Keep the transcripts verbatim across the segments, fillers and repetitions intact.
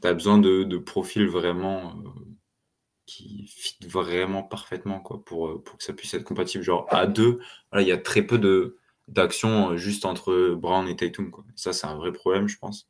tu as besoin de de profils vraiment, heu, qui fit vraiment parfaitement quoi pour, heu, pour que ça puisse être compatible. Genre à deux, voilà, il y a très peu de d'actions, heu, juste entre Brown et Tatum, quoi. Ça, c'est un vrai problème, je pense.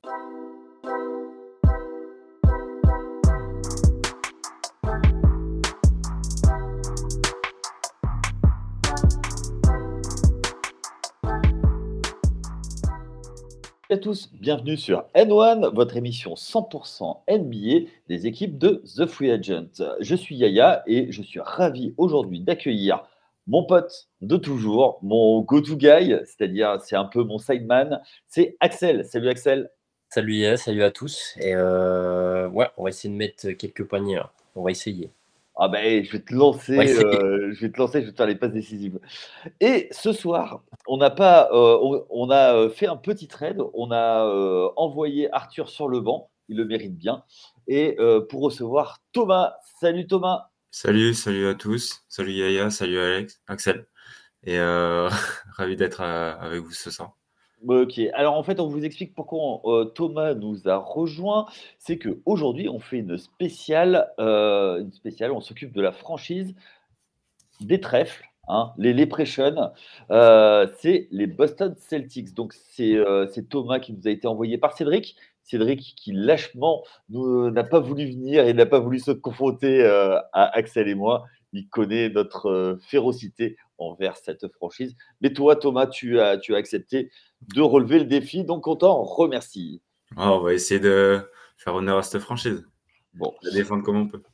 À tous, bienvenue sur N un, votre émission cent pour cent N B A des équipes de The Free Agent. Je suis Yaya et je suis ravi aujourd'hui d'accueillir mon pote de toujours, mon go-to guy, c'est-à-dire c'est un peu mon sideman, c'est Axel. Salut Axel. Salut Yaya, salut à tous. Et euh, ouais, on va essayer de mettre quelques paniers là. On va essayer. Ah ben, je vais te On va lancer, essayer. euh, je vais te lancer, je vais te faire les passes décisives. Et ce soir, on n'a pas, euh, on, on a euh, fait un petit trade. On a euh, envoyé Arthur sur le banc, il le mérite bien, et euh, pour recevoir Thomas. Salut Thomas. Salut, salut à tous. Salut Yaya, salut Alex, Axel et heu, ravi d'être, heu, avec vous ce soir. Ok. Alors en fait, on vous explique pourquoi euh, Thomas nous a rejoint. C'est que aujourd'hui, on fait une spéciale, euh, une spéciale. On s'occupe de la franchise des trèfles, hein, les Leprechaun, heu, c'est les Boston Celtics. Donc c'est, heu, c'est Thomas qui nous a été envoyé par Cédric. Cédric qui lâchement nous n'a pas voulu venir et n'a pas voulu se confronter, heu, à Axel et moi. Il connaît notre, heu, férocité envers cette franchise. Mais toi, Thomas, tu as tu as accepté de relever le défi, donc on t'en remercie. Ah, on va essayer de faire honneur à cette franchise, Bon. la défendre comme on peut.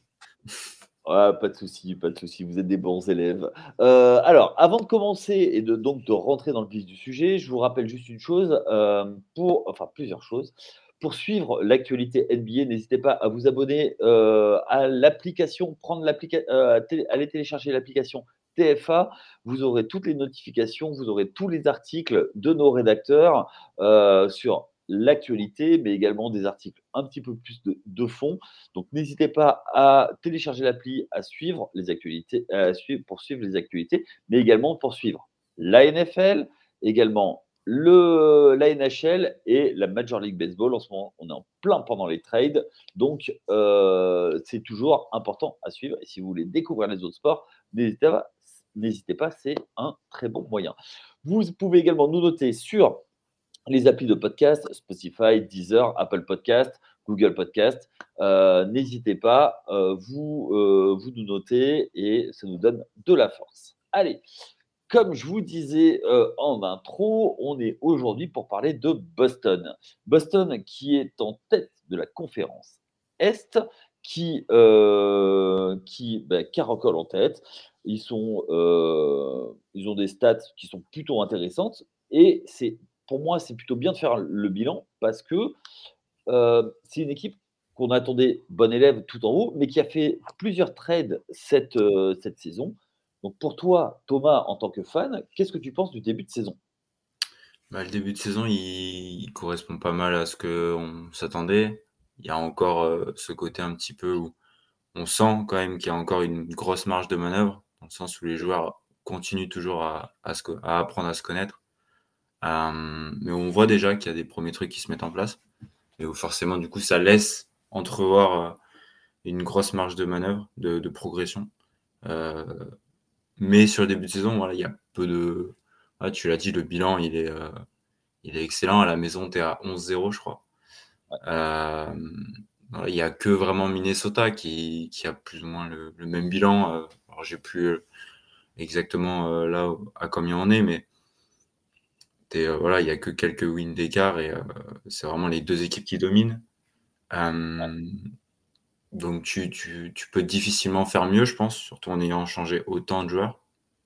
Ah, pas de souci, pas de souci, vous êtes des bons élèves. Heu, alors, avant de commencer et de donc de rentrer dans le vif du sujet, je vous rappelle juste une chose, hem, pour enfin plusieurs choses. Pour suivre l'actualité N B A, n'hésitez pas à vous abonner, heu, à l'application, prendre l'applica heu, télé aller télécharger l'application T F A. Vous aurez toutes les notifications, vous aurez tous les articles de nos rédacteurs, heu, sur l'actualité, mais également des articles un petit peu plus de de fond. Donc n'hésitez pas à télécharger l'appli, à suivre les actualités, à suivre, pour suivre les actualités, mais également pour suivre la N F L, également le, la N H L et la Major League Baseball. En ce moment, on est en plein pendant les trades, donc euh, c'est toujours important à suivre. Et si vous voulez découvrir les autres sports, n'hésitez pas, n'hésitez pas, c'est un très bon moyen. Vous pouvez également nous noter sur les applis de podcast, Spotify, Deezer, Apple Podcast, Google Podcast. Euh, N'hésitez pas, euh, vous, euh, vous nous notez et ça nous donne de la force. Allez, comme je vous disais euh, en intro, on est aujourd'hui pour parler de Boston. Boston qui est en tête de la conférence Est, qui, euh, qui bah, caracole en tête. Ils, sont, euh, ils ont des stats qui sont plutôt intéressantes et c'est pour moi, c'est plutôt bien de faire le bilan parce que euh, c'est une équipe qu'on attendait bon élève tout en haut, mais qui a fait plusieurs trades cette, euh, cette saison. Donc pour toi, Thomas, en tant que fan, qu'est-ce que tu penses du début de saison? Bah, le début de saison, il il correspond pas mal à ce qu'on s'attendait. Il y a encore, heu, ce côté un petit peu où on sent quand même qu'il y a encore une grosse marge de manœuvre, dans le sens où les joueurs continuent toujours à à se co à apprendre à se connaître. Hem, mais on voit déjà qu'il y a des premiers trucs qui se mettent en place et où forcément du coup ça laisse entrevoir, heu, une grosse marge de manœuvre, de de progression. Heu, mais sur le début de saison, voilà, il y a peu de ouais, tu l'as dit, le bilan il est, heu, il est excellent. À la maison, tu es à onze zéro je crois. Hem, voilà, il y a que vraiment Minnesota qui qui a plus ou moins le le même bilan, heu, alors j'ai plus, heu, exactement, heu, là à combien on est, mais tu es, voilà, il y a que quelques wins d'écart et heu, c'est vraiment les deux équipes qui dominent. Hem, donc tu tu tu peux difficilement faire mieux, je pense, surtout en ayant changé autant de joueurs.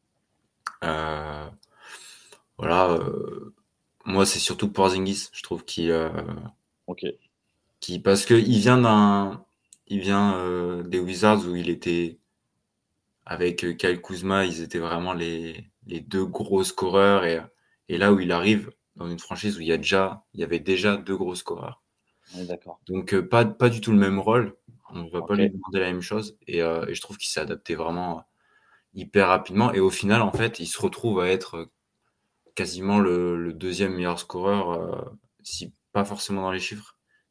Heu, voilà, heu, moi, c'est surtout Porzingis, je trouve qu'il, heu, Ok, qui parce qu'il vient d'un il vient, heu, des Wizards où il était avec, heu, Kyle Kuzma, ils étaient vraiment les les deux gros scoreurs et et là où il arrive dans une franchise où il y a déjà il y avait déjà deux gros scoreurs. on est d'accord. Donc heu, pas pas du tout le même rôle. On ne va pas Ok, lui demander la même chose et heu et je trouve qu'il s'est adapté vraiment hyper rapidement et au final, en fait, il se retrouve à être, heu, quasiment le le deuxième meilleur scoreur, heu, si pas forcément dans les chiffres,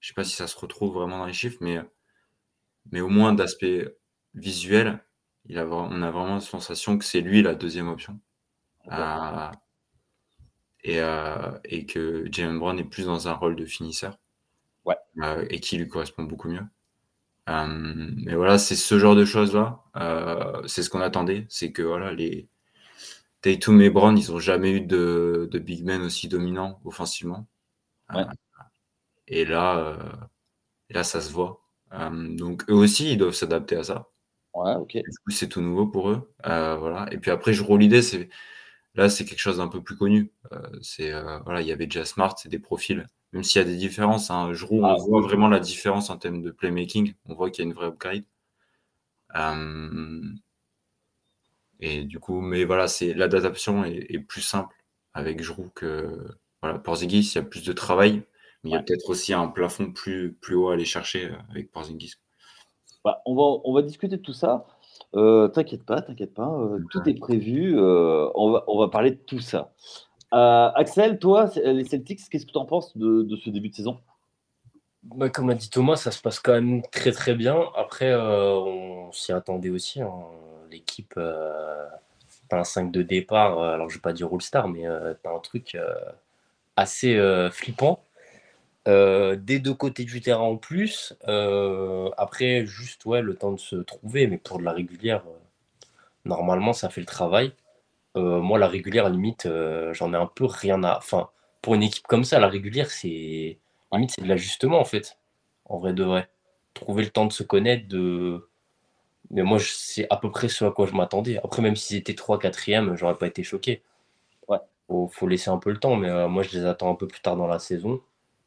je sais pas si ça se retrouve vraiment dans les chiffres, mais, mais au moins d'aspect visuel, il a, vra- on a vraiment la sensation que c'est lui la deuxième option. Euh, et, euh, et que Jaylen Brown est plus dans un rôle de finisseur Ouais. euh, et qui lui correspond beaucoup mieux. Euh, mais voilà, c'est ce genre de choses-là. Euh, c'est ce qu'on attendait. C'est que voilà, les Tatum et Brown, ils ont jamais eu de, de big men aussi dominants offensivement. Ouais. Euh, et là, euh, et là, ça se voit. Euh, donc eux aussi, ils doivent s'adapter à ça. Ouais, ok. Du coup, c'est tout nouveau pour eux. Euh, voilà. Et puis après, je roule l'idée, c'est là, c'est quelque chose d'un peu plus connu. Euh, c'est euh, voilà, il y avait déjà Smart, c'est des profils. Même s'il y a des différences, hein, Jrue, on Ah, voit vraiment la différence en termes de playmaking. On voit qu'il y a une vraie upgrade. Euh, et du coup, mais voilà, c'est l'adaptation est, est plus simple avec Jrue que voilà. Porzingis, il y a plus de travail, mais il y a ouais. peut-être aussi un plafond plus plus haut à aller chercher euh, avec Porzingis. Bah, on va, on va discuter de tout ça. Euh, t'inquiète pas, t'inquiète pas, euh, tout est prévu. euh, on va, on va parler de tout ça. Euh, Axel, toi, c'est- les Celtics, qu'est-ce que tu en penses de, de ce début de saison? Bah, comme l'a dit Thomas, ça se passe quand même très très bien. Après, euh, on s'y attendait aussi, hein. L'équipe, euh, t'as un cinq de départ, euh, alors je vais pas dire All-Star, mais euh, t'as un truc euh, assez euh, flippant. Euh, des deux côtés du terrain en plus. Euh, après, juste ouais, le temps de se trouver, mais pour de la régulière, euh, normalement, ça fait le travail. Euh, moi, la régulière, limite, euh, j'en ai un peu rien à. Enfin, pour une équipe comme ça, la régulière, c'est Ouais. limite, c'est de l'ajustement en fait, en vrai de vrai. Trouver le temps de se connaître, de. Mais moi, je- c'est à peu près ce à quoi je m'attendais. Après, même s'ils étaient trois, quatrième, j'aurais pas été choqué. Ouais. Faut, faut laisser un peu le temps, mais euh, moi, je les attends un peu plus tard dans la saison.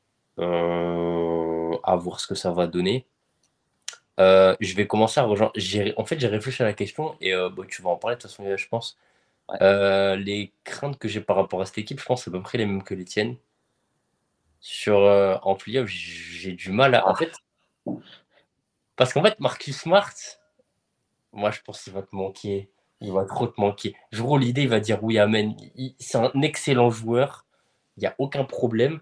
Euh, à voir ce que ça va donner. Euh, je vais commencer à rejoindre. j'ai- En fait, j'ai réfléchi à la question et euh, bah, tu vas en parler de toute façon, je pense. Ouais. Euh, les craintes que j'ai par rapport à cette équipe, je pense, c'est à peu près les mêmes que les tiennes. Sur euh, en playoff, j- j'ai du mal à. En fait, parce qu'en fait, Marcus Smart, moi, je pense qu'il va te manquer. Il va trop te manquer. Je roule l'idée, il va dire oui, amen. Il- C'est un excellent joueur. Il n'y a aucun problème.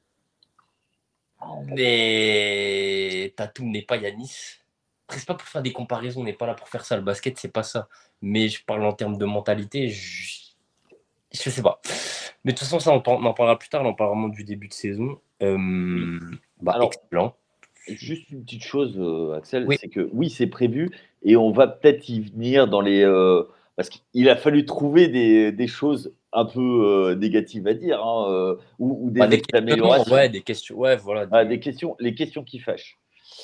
Mais Tatum n'est pas Yanis. Après, c'est pas pour faire des comparaisons, on n'est pas là pour faire ça. Le basket, c'est pas ça. Mais je parle en termes de mentalité, je, je sais pas. Mais de toute façon, ça, on, on en parlera plus tard. On en parlera vraiment du début de saison. Oui. Euh, bah, Alors, excellent. juste une petite chose, euh, Axel, Oui, c'est que oui, c'est prévu et on va peut-être y venir dans les. euh, parce qu'il a fallu trouver des, des choses un peu euh, négatives à dire, hein, euh, ou, ou bah, des des ex- questionnements, améliorations. ouais, des questions, ouais, voilà. Ah, Des... des questions, les questions qui fâchent.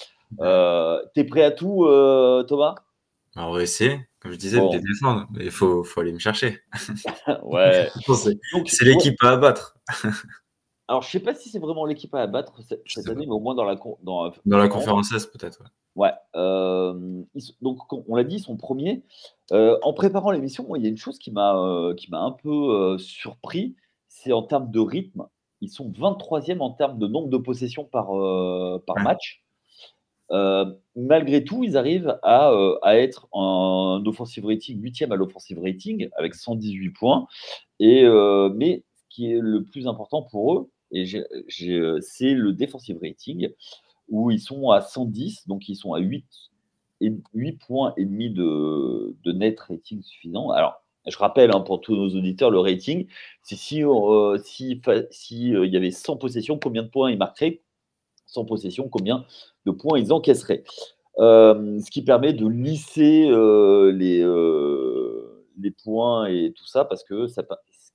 Euh, T'es prêt à tout, euh, Thomas? Alors, on va essayer, comme je disais, de les Bon, défendre, mais il faut, faut aller me chercher. ouais. C'est Donc, c'est je vois- l'équipe à abattre alors, je sais pas si c'est vraiment l'équipe à abattre cette, je cette sais pas. année, mais au moins dans la con- dans la Dans la conférence. conférence S, peut-être. Ouais. Ouais. euh, ils sont- donc, com- on l'a dit, ils sont premiers. Euh, en préparant l'émission, moi, il y a une chose qui m'a euh, qui m'a un peu euh, surpris, c'est en termes de rythme. Ils sont vingt-troisième en termes de nombre de possessions par, euh, par Ouais. match. Euh, malgré tout, ils arrivent à, euh, à être en offensive rating, huitième à l'offensive rating, avec cent dix-huit points. Et, euh, mais ce qui est le plus important pour eux, et j'ai- j'ai, euh, c'est le defensive rating, où ils sont à cent dix, donc ils sont à huit, et huit points et demi de, de net rating suffisant. Alors, je rappelle hein, pour tous nos auditeurs, le rating, c'est si, euh, si, fa- si, euh, il y avait cent possessions, combien de points ils marqueraient? cent possessions, combien de points ils encaisseraient? Euh, ce qui permet de lisser euh, les, euh, les points et tout ça, parce que ça,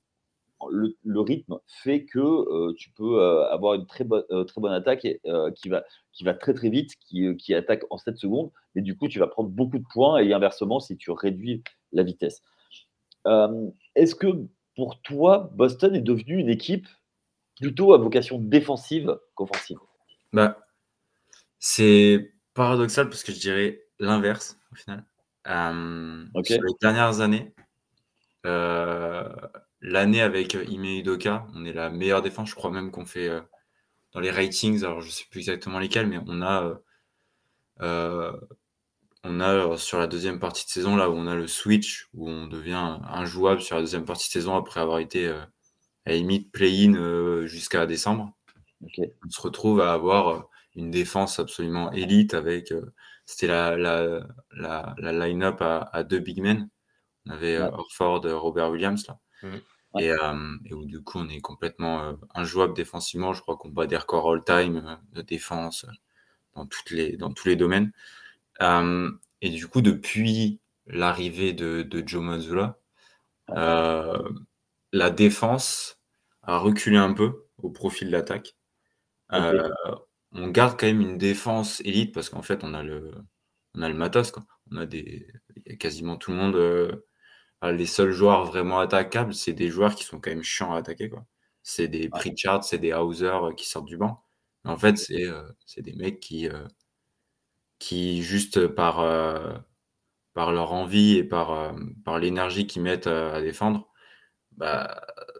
le, le rythme fait que euh, tu peux euh, avoir une très, bonne euh, très bonne attaque et, euh, qui, va, qui va très très vite, qui, euh, qui attaque en sept secondes, mais du coup tu vas prendre beaucoup de points et inversement si tu réduis la vitesse. Euh, Est-ce que pour toi, Boston est devenu une équipe plutôt à vocation défensive qu'offensive? Bah, c'est paradoxal parce que je dirais l'inverse au final. Euh, Ok. sur les dernières années, euh, l'année avec Ime Udoka, on est la meilleure défense. Je crois même qu'on fait euh, dans les ratings, alors je sais plus exactement lesquels, mais on a, euh, euh, on a euh, sur la deuxième partie de saison, là où on a le switch, où on devient injouable sur la deuxième partie de saison après avoir été euh, à la limite play-in euh, jusqu'à décembre. Ok. On se retrouve à avoir euh, une défense absolument élite avec, euh, c'était la, la, la, la line-up à, à deux big men. On avait euh, Ouais. Horford, euh, Robert Williams là. Mhm. Et, euh, et où du coup on est complètement euh, injouable défensivement. Je crois qu'on bat des records all-time euh, de défense euh, dans, toutes les, dans tous les domaines. Euh, et du coup, depuis l'arrivée de, de Joe Mazzulla, Ouais. euh, la défense a reculé un peu au profit de l'attaque. Ok. Euh, on garde quand même une défense élite parce qu'en fait, on a le, on a le matos, quoi. On a des, il y a quasiment tout le monde. Euh, les seuls joueurs vraiment attaquables, c'est des joueurs qui sont quand même chiants à attaquer, quoi. C'est des Ouais. Pritchard, c'est des Hauser euh, qui sortent du banc. Mais en fait, c'est euh, c'est des mecs qui, euh, qui juste par, euh, par leur envie et par, euh, par l'énergie qu'ils mettent euh, à défendre, bah,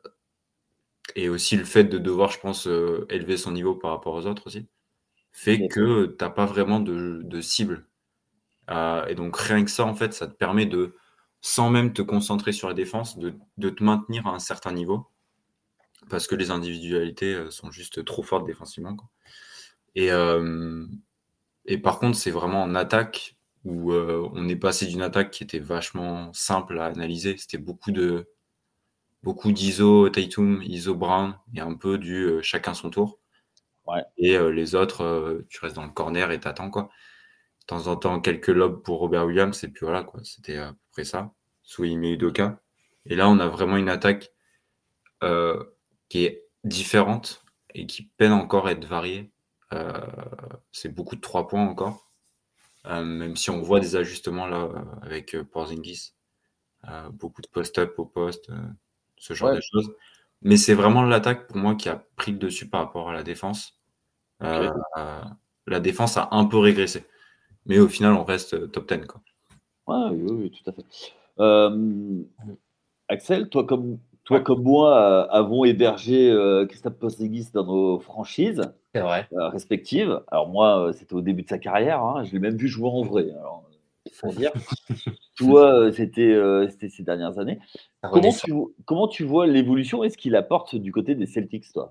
et aussi le fait de devoir, je pense, euh, élever son niveau par rapport aux autres aussi, fait D'accord. que t'as pas vraiment de, de cible. Euh, et donc rien que ça, en fait, ça te permet de, sans même te concentrer sur la défense, de, de te maintenir à un certain niveau, parce que les individualités euh, sont juste trop fortes défensivement, quoi. Et, euh, et par contre, c'est vraiment en attaque où euh, on est passé d'une attaque qui était vachement simple à analyser. C'était beaucoup de beaucoup d'Iso Tatum, Iso Brown et un peu du euh, chacun son tour. Ouais. Et euh, les autres, euh, tu restes dans le corner et t'attends, quoi. De temps en temps, quelques lobes pour Robert Williams, et puis voilà, quoi. C'était à peu près ça, sous Ime Udoka. Et là, on a vraiment une attaque euh, qui est différente et qui peine encore à être variée. Euh, c'est beaucoup de trois points encore, euh, même si on voit des ajustements là euh, avec euh, Porzingis, euh, beaucoup de post-up au poste, euh, ce genre Ouais. de choses. Mais c'est vraiment l'attaque pour moi qui a pris le dessus par rapport à la défense. Ok. Euh, euh, la défense a un peu régressé, mais au final, on reste euh, top dix, quoi. Ouais, oui, oui, tout à fait. Euh, Axel, toi comme, toi Ouais, comme moi, euh, avons hébergé euh, Kristaps Porzingis dans nos franchises c'est vrai. euh, respectives. Alors moi, euh, c'était au début de sa carrière, hein, je l'ai même vu jouer en vrai, alors, euh, c'est pour dire. Toi, euh, c'était euh, c'était ces dernières années. Ça Comment redescend. tu, vo- comment tu vois l'évolution et ce qu'il apporte du côté des Celtics, toi?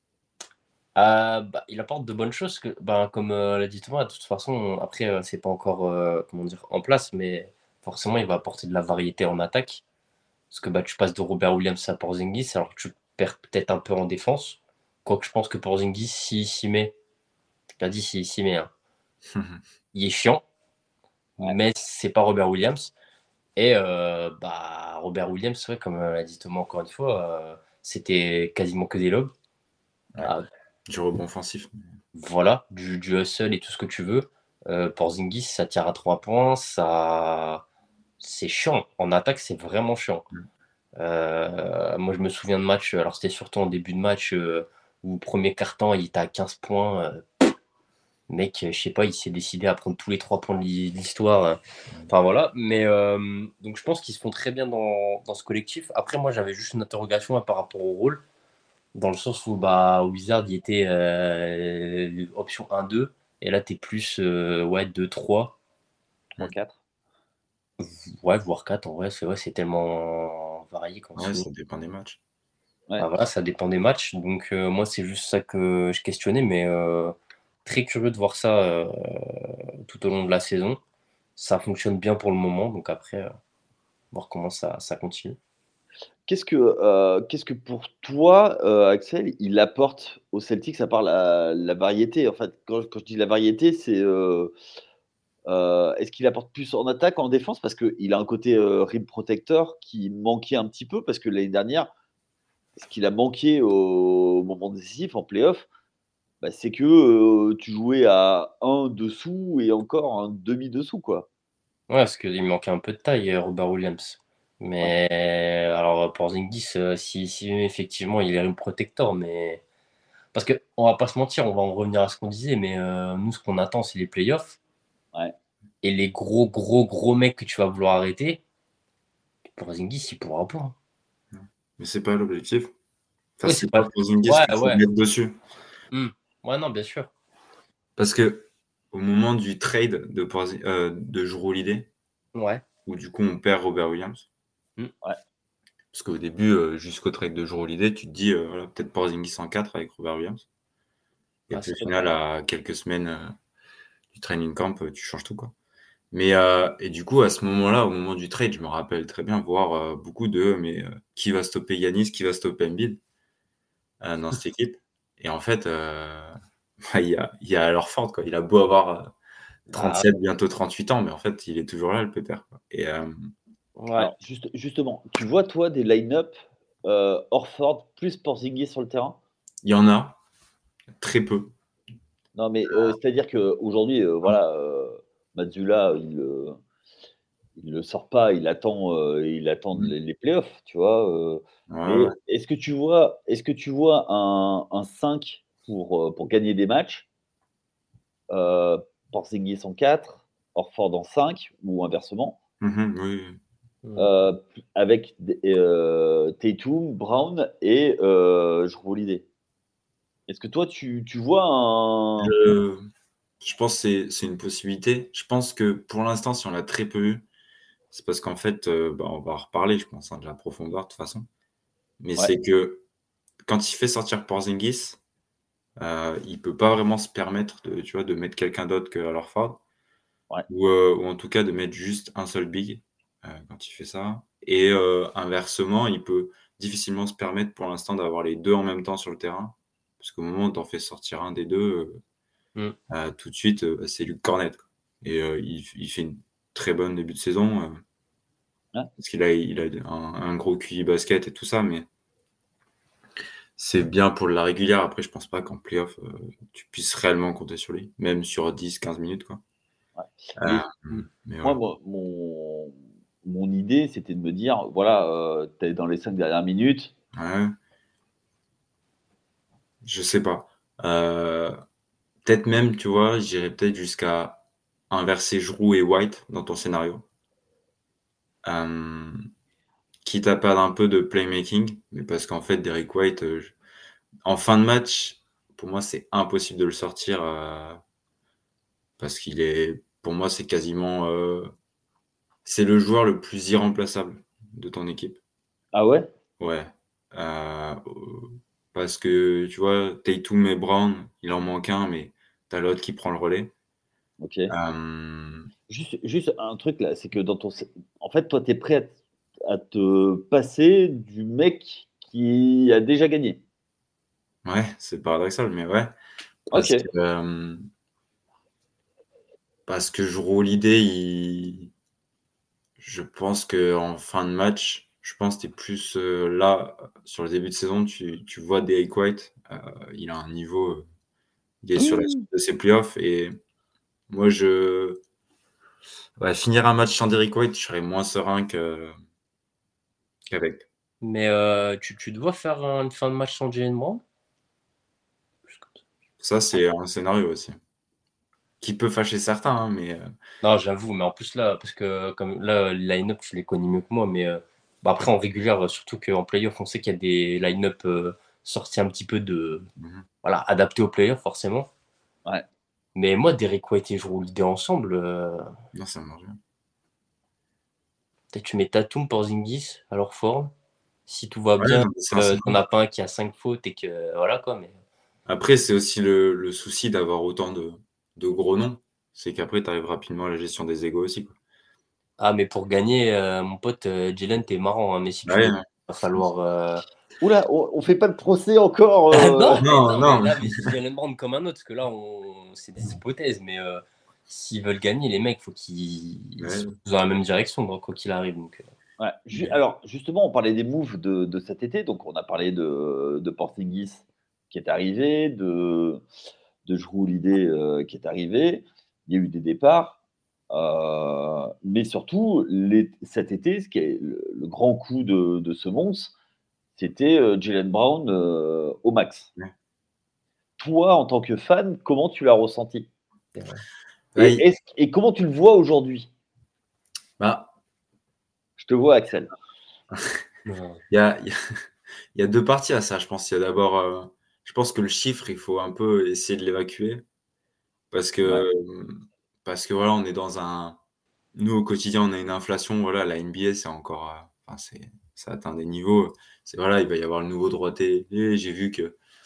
Euh, bah, il apporte de bonnes choses, que, bah, comme euh, l'a dit Thomas, de toute façon, après, euh, c'est pas encore euh, comment dire, en place, mais forcément, il va apporter de la variété en attaque. Parce que bah, tu passes de Robert Williams à Porzingis, alors que tu perds peut-être un peu en défense. Quoique je pense que Porzingis, s'il s'y met, tu l'as dit, s'il s'y met, hein, il est chiant, Ouais. mais c'est pas Robert Williams. Et euh, bah, Robert Williams, ouais, comme l'a dit Thomas encore une fois, euh, c'était quasiment que des lobes. Ouais. Ah, Du rebond offensif. voilà, du, du hustle et tout ce que tu veux. Euh, Porzingis, ça tire à trois points, ça... c'est chiant. En attaque, c'est vraiment chiant. Euh, moi, je me souviens de matchs, alors c'était surtout en début de match euh, où premier quart-temps, il était à quinze points. Euh, mec, je sais pas, il s'est décidé à prendre tous les trois points de l'hi- de l'histoire. euh. Enfin voilà. Mais euh, donc je pense qu'ils se font très bien dans, dans ce collectif. Après, moi, j'avais juste une interrogation hein, par rapport au rôle, dans le sens où bah, Wizard, il était euh, option un deux, et là, tu es plus euh, ouais, deux trois, trois quatre. ouais, voire quatre en vrai. C'est ouais, c'est tellement varié qu'en Ouais, soi. ça dépend des matchs. Ouais. Bah voilà, ça dépend des matchs. Donc euh, moi, c'est juste ça que je questionnais, mais euh, très curieux de voir ça euh, tout au long de la saison. Ça fonctionne bien pour le moment, donc après, euh, voir comment ça, ça continue. Qu'est-ce que, heu, qu'est-ce que pour toi, heu, Axel, il apporte aux Celtics à part la la variété? En fait, quand quand je dis la variété, c'est, heu heu, est-ce qu'il apporte plus en attaque, en défense? Parce qu'il a un côté, heu, rim protector qui manquait un petit peu parce que l'année dernière, ce qu'il a manqué au moment décisif en play-off, bah, c'est que, heu, tu jouais à un dessous et encore un demi dessous, quoi. Ouais, parce qu'il manquait un peu de taille, euh, Robert Williams. Ouais, Mais alors, Porzingis, euh, si, si effectivement il est rim protector, mais. Parce que on va pas se mentir, on va en revenir à ce qu'on disait, mais euh, nous, ce qu'on attend, c'est les playoffs. ouais. Et les gros, gros, gros mecs que tu vas vouloir arrêter, Porzingis, il pourra pas, hein. Mais c'est pas l'objectif. Enfin, Oui, c'est c'est pas pas. Porzingis Ouais, qu'il faut ouais. mettre dessus. Hmm. Ouais, non, bien sûr. Parce que au moment du trade de, Porzi- euh, de Jrue Holiday, Ouais. où du coup on perd Robert Williams, Hmm. Ouais, parce qu'au début, euh, jusqu'au trade de Jrue Holiday, tu te dis euh, voilà, peut-être Porzingis en quatre avec Robert Williams. Et Ah, puis c'est au top. final, à quelques semaines euh, du training camp, euh, tu changes tout, quoi. Mais euh, et du coup, à ce moment-là, au moment du trade, je me rappelle très bien voir euh, beaucoup de mais euh, qui va stopper Yanis, qui va stopper Embiid euh, dans cette équipe. Et en fait, euh, il y a, il y a alors Ford, quoi. Il a beau avoir euh, Ah, trente-sept, bientôt trente-huit ans, mais en fait, il est toujours là, le pépère, quoi. Et euh, ouais. Alors, juste, justement, tu vois, toi, des line-up euh, Horford plus Porzingis sur le terrain? il y en a très peu. Non, mais euh, c'est-à-dire qu'aujourd'hui, euh, voilà, euh, Mazzulla, il ne le sort pas, il attend, euh, il attend Mm. les, les playoffs, tu vois. euh, Ouais, ouais. mais est-ce que tu vois, est-ce que tu vois un, un cinq pour, euh, pour gagner des matchs, euh, Porzingis en quatre, Horford en cinq, ou inversement, Mhm, oui, oui. Hmm. euh, avec euh, Tatum, Brown et euh, Jrue Holiday. Est-ce que toi, tu, tu vois un. Je, je pense que c'est, c'est une possibilité. Je pense que pour l'instant, si on l'a très peu eu, c'est parce qu'en fait, euh, bah, on va en reparler, je pense, hein, de la profondeur de toute façon. Mais Ouais, c'est que quand il fait sortir Porzingis, euh, il peut pas vraiment se permettre de, tu vois, de mettre quelqu'un d'autre que Al Horford, ouais. ou, euh, ou en tout cas de mettre juste un seul big euh, quand il fait ça. Et euh, inversement, il peut difficilement se permettre pour l'instant d'avoir les deux en même temps sur le terrain, parce qu'au moment où tu en fais sortir un des deux, euh, Hmm. euh, tout de suite, euh, c'est Luke Cornet, quoi. Et euh, il, il fait une très bonne début de saison, euh, Hein. parce qu'il a, il a un, un gros Q I basket et tout ça, mais c'est bien pour la régulière. Après, je pense pas qu'en playoff, euh, tu puisses réellement compter sur lui, même sur dix quinze minutes, quoi. Ouais. Euh, Mais Hmm. mais moi, voilà. moi, mon, mon idée, c'était de me dire, voilà, euh, tu es dans les cinq dernières minutes. Ouais, je sais pas. Euh, peut-être même, tu vois, j'irais peut-être jusqu'à inverser Jrue et White dans ton scénario. Euh, quitte à perdre un peu de playmaking, mais parce qu'en fait, Derrick White, euh, je- en fin de match, pour moi, c'est impossible de le sortir euh, parce qu'il est, pour moi, c'est quasiment, euh, c'est le joueur le plus irremplaçable de ton équipe. Ah ouais? Ouais. Euh, parce que, tu vois, Tatum et Brown, il en manque un, mais t'as l'autre qui prend le relais. Ok. Euh, Juste, juste un truc là, c'est que dans ton. En fait, toi, tu es prêt à, à te passer du mec qui a déjà gagné. ouais, c'est paradoxal, mais ouais. Ok. Parce que, euh, parce que je roule l'idée, il... je pense qu'en fin de match, je pense que t'es plus euh, là, sur le début de saison, tu, tu vois Derrick White, euh, il a un niveau, euh, il est sur la suite Oui. de ses playoffs, et moi, je. Ouais, finir un match sans Derrick White, je serais moins serein que... qu'avec. Mais euh, tu, tu dois faire un- une fin de match sans Jalen Brown? Ça, c'est un scénario aussi. Qui peut fâcher certains, hein, mais euh, Non, j'avoue, mais en plus là, parce que comme là, les line-up, tu les connais mieux que moi, mais euh, bah, après en régulière, euh, surtout qu'en playoff, on sait qu'il y a des line-up euh, sortis un petit peu de. mhm. Voilà, adaptés au playoff, forcément. Ouais. Mais moi, Derek White et Jrue Holiday ensemble, euh, Non, ça marche bien. peut-être tu mets Tatum, Porzingis, alors fort. Si tout va Ouais, bien, non, mais c'est un euh, t'en scénario. as pas un qui a cinq fautes et que voilà quoi. Mais Après, c'est aussi le, le souci d'avoir autant de, de gros noms. C'est qu'après, tu arrives rapidement à la gestion des égos aussi, quoi. ah, mais pour gagner, euh, mon pote euh, Jalen, t'es marrant, hein, mais si tu veux, Ouais, il non, va falloir. euh, Oula, on, on fait pas de procès encore. Ah euh. non, mais non, non, mais non, là, mais je dis Jalen Brown comme un autre, parce que là, on... c'est des hypothèses, mais euh, s'ils veulent gagner, les mecs, faut qu'ils ils ouais, soient dans la même direction, donc, quoi qu'il arrive. Donc, euh, Ouais. Ju- mais- alors, justement, on parlait des moves de, de cet été. Donc, on a parlé de, de Porzingis qui est arrivé, de, de Jrue Holiday euh, qui est arrivé. Il y a eu des départs. Euh, mais surtout, les- cet été, ce qui est le, le grand coup de, de semonce, c'était euh, Jalen Brown euh, au max. ouais. Toi, en tant que fan, comment tu l'as ressenti? c'est vrai. Là, Et, il est-ce- et comment tu le vois aujourd'hui? bah, Je te vois, Axel. Ouais. il y a, il y a, il y a deux parties à ça, je pense. Il y a d'abord, euh, je pense que le chiffre, il faut un peu essayer de l'évacuer. Parce Ouais. que, parce que voilà, on est dans un. Nous, au quotidien, on a une inflation. Voilà, la N B A, c'est encore. euh, Enfin, c'est, ça atteint des niveaux. C'est voilà, il va y avoir le nouveau droit télé. J'ai vu que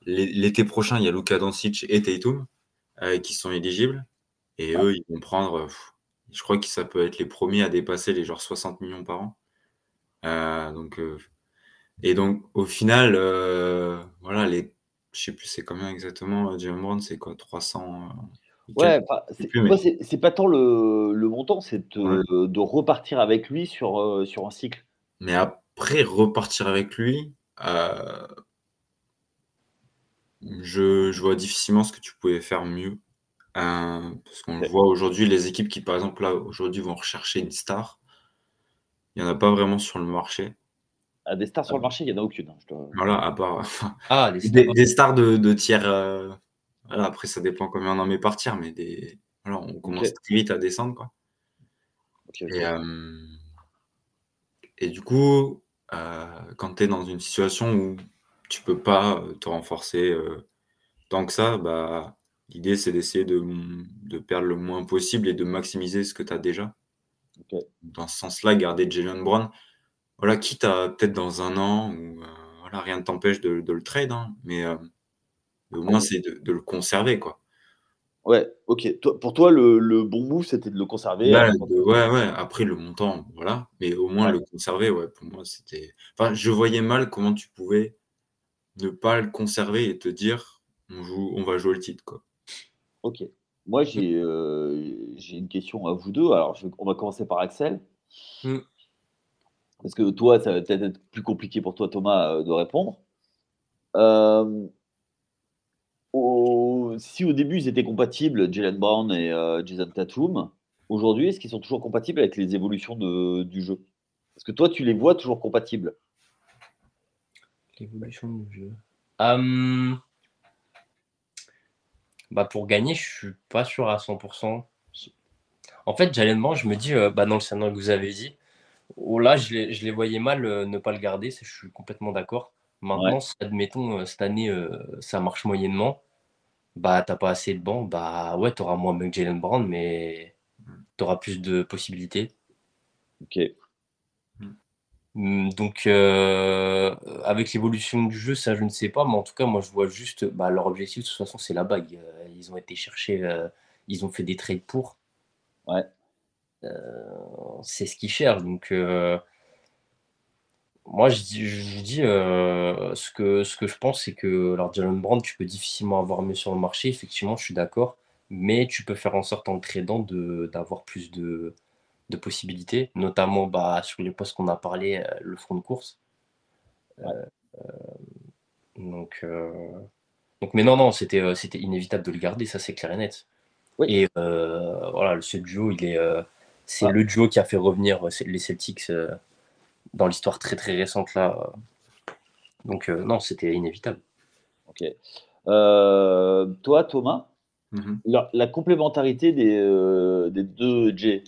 l'été prochain, il y a Luka Doncic et Tatum euh, qui sont éligibles. Et Ouais. eux, ils vont prendre, pff, je crois que ça peut être les premiers à dépasser les genre soixante millions par an. Euh, donc, euh, et donc, au final, euh, voilà, les, je sais plus c'est combien exactement, euh, Jalen Brown, c'est quoi, trois cents euh, et quelques, Ouais, enfin, je sais c'est plus, moi, mais c'est c'est pas tant le le montant, c'est ouais. de de repartir avec lui sur, heu, sur un cycle. Mais après, repartir avec lui, euh, je, je vois difficilement ce que tu pouvais faire mieux. Euh, parce qu'on le OK. voit aujourd'hui, les équipes qui, par exemple, là, aujourd'hui, vont rechercher une star, il n'y en a pas vraiment sur le marché. Ah, des stars Euh, sur le marché, il y en a aucune, hein, je te Voilà, à part enfin, Ah, les des, stars. des stars de, de tiers. euh, voilà, après, ça dépend combien on en met par tiers, mais des, voilà, on commence OK, très vite à descendre, quoi. OK, Et, OK. euh, et du coup, euh, quand tu es dans une situation où tu peux pas euh, te renforcer euh, tant que ça, bah, l'idée, c'est d'essayer de, de perdre le moins possible et de maximiser ce que tu as déjà. OK. Dans ce sens-là, garder Jalen Brown, voilà, quitte à peut-être dans un an où euh, voilà, rien ne t'empêche de, de le trade, hein, mais, euh, mais au moins c'est de, de le conserver, quoi. Ouais, OK. Toi pour toi, le le bon move, c'était de le conserver Là, avant de- de ouais, ouais, après le montant, voilà, mais au moins ouais, le conserver, ouais, pour moi, c'était. Enfin, je voyais mal comment tu pouvais ne pas le conserver et te dire, on joue, on va jouer le titre, quoi. OK. Moi, j'ai, heu, j'ai une question à vous deux. Alors je on va commencer par Axel, Mm. parce que toi, ça va peut-être être plus compliqué pour toi, Thomas, heu, de répondre. Hem, au Si au début ils étaient compatibles, Jaylen Brown et heu, Jason Tatum, aujourd'hui, est-ce qu'ils sont toujours compatibles avec les évolutions de du jeu? Est-ce que toi, tu les vois toujours compatibles? L'évolution du jeu. Hum, bah pour gagner, je suis pas sûr à cent pour cent. En fait, Jalen Brown, je me dis, euh, bah dans le scénario que vous avez dit, oh là, je les, je les voyais mal euh, ne pas le garder, ça, je suis complètement d'accord. Ouais, Maintenant, si, admettons, euh, cette année, euh, ça marche moyennement, bah t'as pas assez de bancs, bah ouais, t'auras moins que Jalen Brown, mais t'auras plus de possibilités. OK. Mm. Hum, Donc, euh, avec l'évolution du jeu, ça, je ne sais pas, mais en tout cas, moi, je vois juste, bah, leur objectif, de toute façon, c'est la bague. Euh, Ils ont été chercher, euh, ils ont fait des trades pour, Ouais, c'est ce qu'ils cherchent. Donc, euh, moi, je dis, je dis euh, ce que, ce que je pense, c'est que, alors, Jalen Brown, tu peux difficilement avoir mieux sur le marché, effectivement, je suis d'accord, mais tu peux faire en sorte, en le tradant, de, d'avoir plus de, de possibilités, notamment bah, sur les postes qu'on a parlé, euh, le front de course. ouais. Donc, euh, Donc, mais non, non, c'était euh, c'était inévitable de le garder, ça c'est clair et net. Oui. Et euh, voilà, ce duo, il est, euh, c'est Ah, le duo qui a fait revenir euh, les Celtics euh, dans l'histoire très très récente là. Donc euh, non, c'était inévitable. OK. Heu, toi, Thomas, Mhm. la la complémentarité des, heu, des deux J.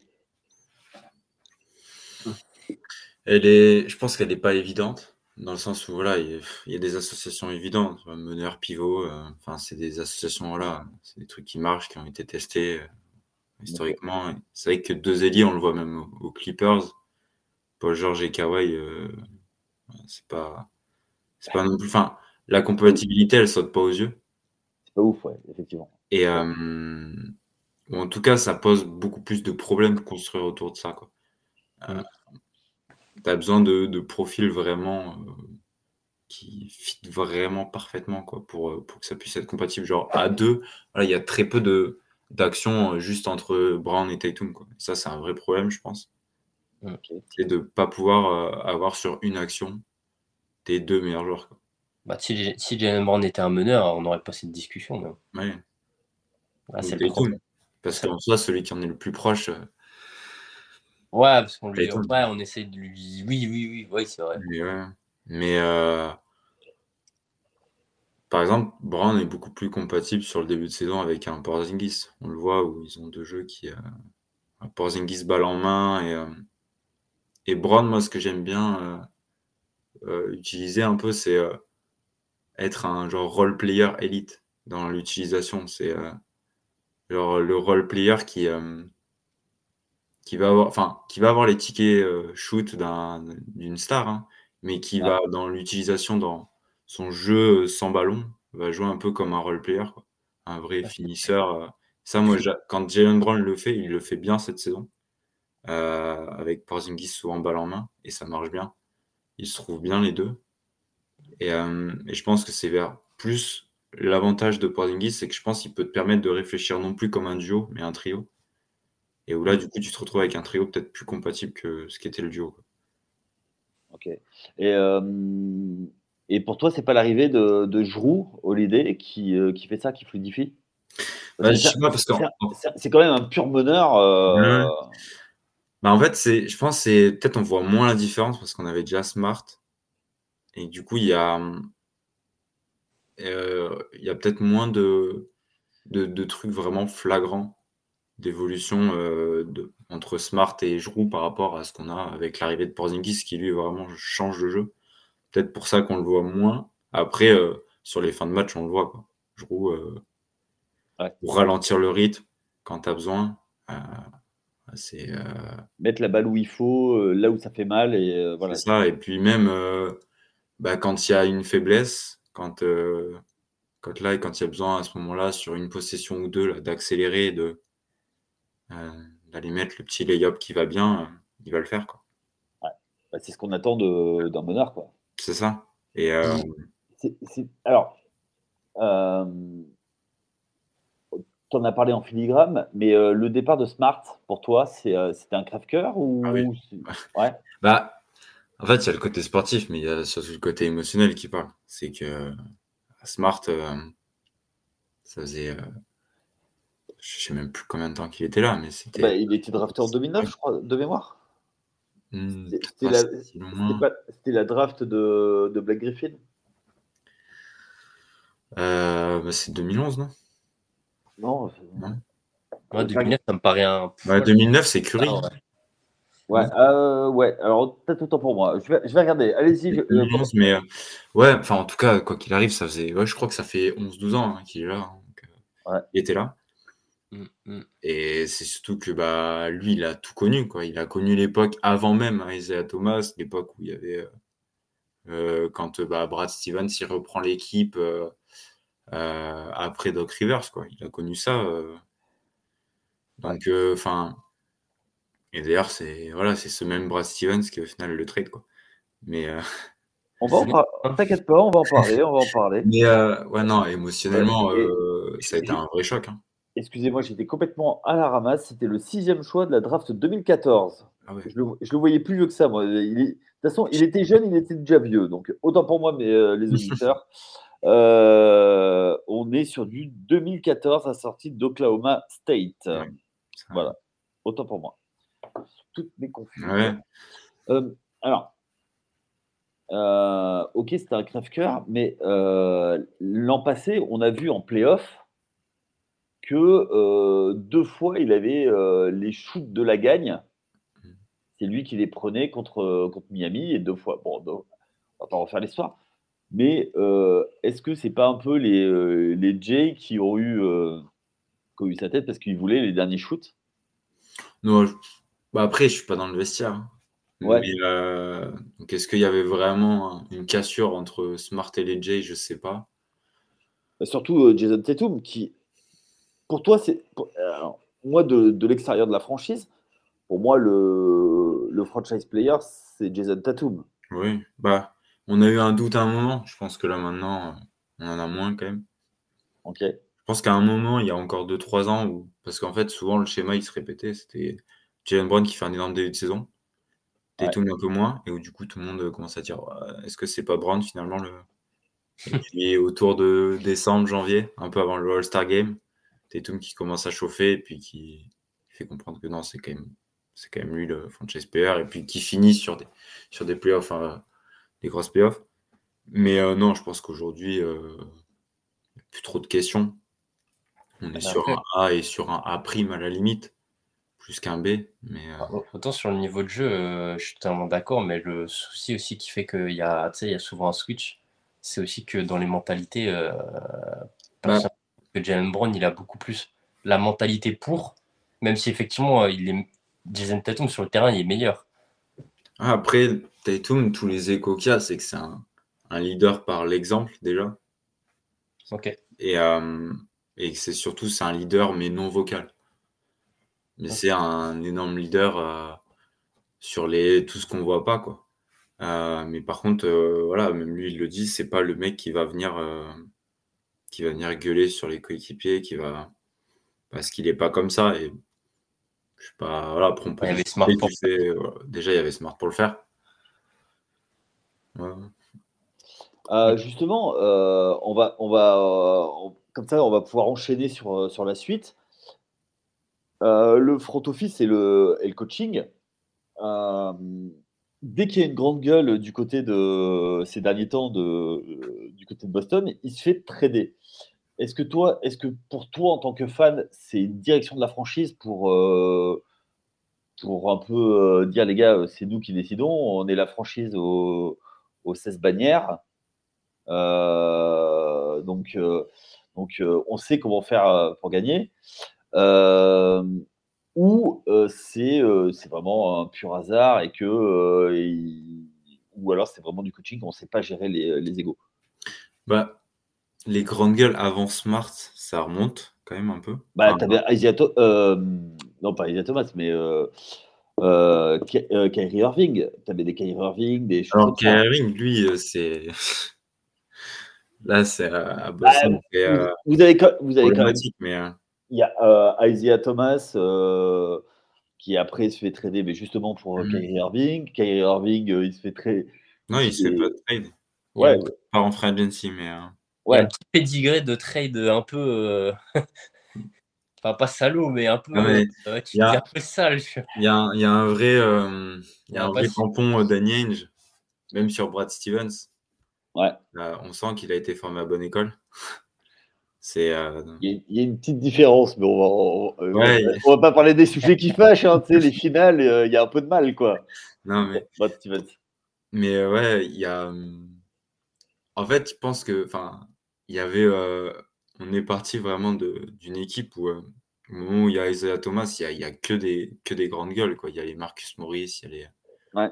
Elle est, je pense qu'elle n'est pas évidente, dans le sens où voilà, il y a, il y a des associations évidentes, tu vois, meneur, pivot, euh, enfin, c'est des associations, voilà, c'est des trucs qui marchent, qui ont été testés euh, OK. historiquement. Et c'est vrai que deux ailiers, on le voit même aux, aux Clippers, Paul George et Kawhi, euh, c'est pas, c'est pas non plus, enfin, la C'est pas ouf. compatibilité, elle saute pas aux yeux. C'est pas ouf, ouais, effectivement. Et Ouais, euh, ou en tout cas, ça pose beaucoup plus de problèmes de construire autour de ça, quoi. Euh, Mm. T'as besoin de, de profils vraiment euh, qui fit vraiment parfaitement quoi, pour, euh, pour que ça puisse être compatible. Genre à deux, voilà, il y a très peu de d'action euh, juste entre Brown et Tatum. Quoi. Ça, c'est un vrai problème, je pense. Mm. OK. C'est de pas pouvoir euh, avoir sur une action tes deux meilleurs joueurs. Quoi. Bah, si, si Jalen Brown était un meneur, on n'aurait pas cette discussion. Mais... Ouais. Ah, Ou c'est le problème. Tatum. Parce C'est le- qu'en soi, celui qui en est le plus proche, euh, Ouais, parce qu'on lui, Tatum. ouais, on essaie de lui. Oui, oui, oui, oui, c'est vrai. Mais, ouais. Mais euh, par exemple, Brown est beaucoup plus compatible sur le début de saison avec un Porzingis. On le voit où ils ont deux jeux qui. Euh, un Porzingis balle en main et. euh, Et Brown, moi, ce que j'aime bien euh, euh, utiliser un peu, c'est euh, être un genre role player élite dans l'utilisation. C'est euh, genre le role player qui, euh, qui va avoir, enfin, qui va avoir les tickets euh, shoot d'un, d'une star, hein, mais qui Ouais, va dans l'utilisation, dans son jeu sans ballon, va jouer un peu comme un role player, quoi. Un vrai finisseur. euh. Ça, moi, j'a- quand Jalen Brown le fait, il le fait bien cette saison, euh, avec Porzingis souvent balle en main, et ça marche bien. Ils se trouvent bien les deux. Et, euh, et je pense que c'est vers plus l'avantage de Porzingis, c'est que je pense qu'il peut te permettre de réfléchir non plus comme un duo, mais un trio. Et où là, Mm. du coup, tu te retrouves avec un trio peut-être plus compatible que ce qu'était le duo, quoi. Ok. Et, euh, et pour toi, c'est pas l'arrivée de, de Jrue Holiday qui, euh, qui fait ça, qui fluidifie? Parce Bah, que je c'est sais pas, parce que c'est un- c'est un- c'est quand même un pur meneur. euh, bah, en fait, c'est, je pense que c'est peut-être on voit moins la différence parce qu'on avait déjà Smart. Et du coup, il y a, euh, il y a peut-être moins de, de, de trucs vraiment flagrants d'évolution euh, de, entre Smart et Jrue par rapport à ce qu'on a avec l'arrivée de Porzingis qui lui vraiment change de jeu. Peut-être pour ça qu'on le voit moins. Après, euh, sur les fins de match, on le voit, quoi. Jrue, euh, Ouais. pour ralentir le rythme quand tu as besoin, euh, c'est euh, Mettre la balle où il faut, euh, là où ça fait mal, et euh, c'est voilà. ça. Et puis même euh, bah, quand il y a une faiblesse, quand, euh, quand là, quand il y a besoin à ce moment-là, sur une possession ou deux, là, d'accélérer, de, euh, d'aller mettre le petit lay-up qui va bien, euh, il va le faire, quoi. Ouais. Bah, c'est ce qu'on attend de- d'un meneur, quoi. C'est ça. Et euh, Puis, C'est- c'est- Alors, euh, tu en as parlé en filigrane, mais euh, le départ de Smart, pour toi, c'est, euh, c'était un crève-cœur ah oui. ou c'est- Ouais. Bah, en fait, il y a le côté sportif, mais il y a surtout le côté émotionnel qui parle. C'est que Smart, euh, ça faisait, euh, je sais même plus combien de temps qu'il était là, mais Bah, c'était, il était drafté en deux mille neuf, je crois, de mémoire. hmm, C'était peut-être c'était pas la, si c'était loin. pas, c'était la draft de, de Blake Griffin. Euh, bah, c'est deux mille onze, non? Non, Non. moi, euh, deux mille neuf, ça me paraît un Ouais, poil. deux mille neuf, c'est Ah, Curry. ouais. ouais, Non, euh, ouais. Alors peut-être autant pour moi. Je vais, je vais regarder. Allez-y. c'est je- euh, comment- deux mille onze, mais euh, ouais, enfin, en tout cas, quoi qu'il arrive, ça faisait, ouais, je crois que ça fait onze douze ans hein, qu'il est là, hein, donc, euh, Ouais. il était là. Mm, mm. Et c'est surtout que bah, lui, il a tout connu, quoi. Il a connu l'époque avant même hein, Isaiah Thomas, l'époque où il y avait, euh, euh, quand euh, bah, Brad Stevens, il reprend l'équipe euh, euh, après Doc Rivers, quoi. Il a connu ça. euh. Ouais. Donc, euh, enfin, et d'ailleurs, c'est voilà, c'est ce même Brad Stevens qui, au final, le trade, quoi. Mais, euh, On va en Zenith, par- hein. T'inquiète pas, on va en parler. On va en parler. mais euh, ouais, non, Euh, émotionnellement, et euh, ça a été j'ai- un vrai choc, hein. excusez-moi, j'étais complètement à la ramasse. C'était le sixième choix de la draft deux mille quatorze. Ah ouais. Je le, je le voyais plus vieux que ça, moi. Il est- de toute façon, il était jeune, il était déjà vieux. Donc, autant pour moi, mais euh, les auditeurs. Euh, on est sur du deux mille quatorze, à sortie d'Oklahoma State. Ouais, ça- Voilà, autant pour moi. Toutes mes confuses. ouais. Euh, alors, euh, ok, c'était un crève-cœur, mais euh, l'an passé, on a vu en playoff que euh, deux fois, il avait euh, les shoots de la gagne. C'est lui qui les prenait contre, contre Miami, et deux fois, bon, on va pas refaire l'histoire, mais euh, est-ce que c'est pas un peu les, euh, les Jay qui ont eu, euh, qui ont eu sa tête parce qu'ils voulaient les derniers shoots? Non, je- bah après, je suis pas dans le vestiaire, hein. Ouais. Mais euh, donc est-ce qu'il y avait vraiment un- une cassure entre Smart et les Jay? Je sais pas. Bah, surtout euh, Jason Tatum, qui, pour toi, c'est. pour- alors, moi, de, de l'extérieur de la franchise, pour moi, le, le franchise player, c'est Jason Tatum. Oui, bah, on a eu un doute à un moment. Je pense que là maintenant, euh, on en a moins quand même. Ok. Je pense qu'à un moment, il y a encore deux trois ans, où... parce qu'en fait, souvent le schéma il se répétait. C'était Jalen Brown qui fait un énorme début de saison, Ouais. Tatum un peu moins, et où du coup tout le monde euh, commence à dire ouais, est-ce que c'est pas Brown finalement le. Et puis autour de décembre, janvier, un peu avant le All-Star Game, Tatum qui commence à chauffer et puis qui fait comprendre que non, c'est quand même, c'est quand même lui le franchise player et puis qui finit sur des, sur des playoffs, euh, des grosses playoffs. Mais euh, non, je pense qu'aujourd'hui, euh, plus trop de questions. On est Mais sur après, un A et sur un A prime à la limite, plus qu'un B. Mais euh, autant sur le niveau de jeu, euh, je suis totalement d'accord, mais le souci aussi qui fait qu'il y a, tu sais, il y a souvent un switch, c'est aussi que dans les mentalités, euh, bah, personnellement, que Jalen Brown, il a beaucoup plus la mentalité pour, même si effectivement, euh, il est, Jason Tatum sur le terrain, il est meilleur. après, Tatum, tous les échos qu'il y a, c'est que c'est un, un leader par l'exemple déjà. Ok. Et, euh, et c'est surtout, c'est un leader, mais non vocal. Mais c'est un énorme leader euh, sur les, tout ce qu'on voit pas, quoi. Euh, mais par contre, euh, voilà, même lui, il le dit, c'est pas le mec qui va venir, euh, qui va venir gueuler sur les coéquipiers, qui va, parce qu'il est pas comme ça. Et je sais pas, voilà, après, on peut Il y avait Smart discuter pour. du fait, voilà. Déjà, il y avait Smart pour le faire. Ouais. Euh, justement, euh, on va, on va, euh, on- comme ça, on va pouvoir enchaîner sur, euh, sur la suite. Euh, le front office et le, et le coaching. euh, Dès qu'il y a une grande gueule du côté de ces derniers temps de, euh, du côté de Boston, il se fait trader. Est-ce que toi, est-ce que pour toi en tant que fan, c'est une direction de la franchise pour euh, pour un peu euh, dire les gars, euh, c'est nous qui décidons, on est la franchise aux, aux seize bannières. Euh, donc, euh, donc euh, on sait comment faire euh, pour gagner. Euh, ou euh, c'est euh, c'est vraiment un pur hasard et que euh, il- ou alors c'est vraiment du coaching, on ne sait pas gérer les, les égos. Bah, les grandes gueules avant Smart, ça remonte quand même un peu. Bah, Enfin, tu avais Isaiah Tho- euh, non pas Isaiah Thomas, mais euh, euh, Ky- euh, Kyrie Irving. Tu avais des Kyrie Irving, des choses alors comme ça, hein. Kyrie, lui, euh, c'est là, c'est à, à Bah, Boston, c'est vous, euh, vous avez, quand- vous avez quand même. problématique, mais euh, Il y a euh, Isaiah Thomas euh, qui après se fait trader, mais justement pour euh, mhm. Kyrie Irving. Kyrie Irving, euh, il se fait trader. Non, il se fait pas de trade. Il y a un Ouais, petit, Pas en free agency, mais euh, il y a un ouais. petit pédigré de trade un peu. euh, Enfin, pas salaud, mais un non, peu. mais euh, tu il y te dis un a, peu sale. je- il y a, un- il y a un vrai, euh, il y On a va un pas vrai se- tampon euh, Danny Ainge, même sur Brad Stevens. Ouais. Là, on sent qu'il a été formé à bonne école. C'est euh, Il y, a, il y a une petite différence, mais on va, on, on va, ouais, pas, il- on va pas parler des sujets qui fâchent. Hein, tu sais, les finales, euh, il y a un peu de mal, quoi. non mais Brad Stevens. mais euh, ouais, il y a. hum, En fait, je pense que, enfin, il y avait, euh, on est parti vraiment de d'une équipe où, euh, au moment où il y a Isaiah Thomas, il y a, il y a que des que des grandes gueules, quoi. Il y a les Marcus Morris, il y a les, Ouais.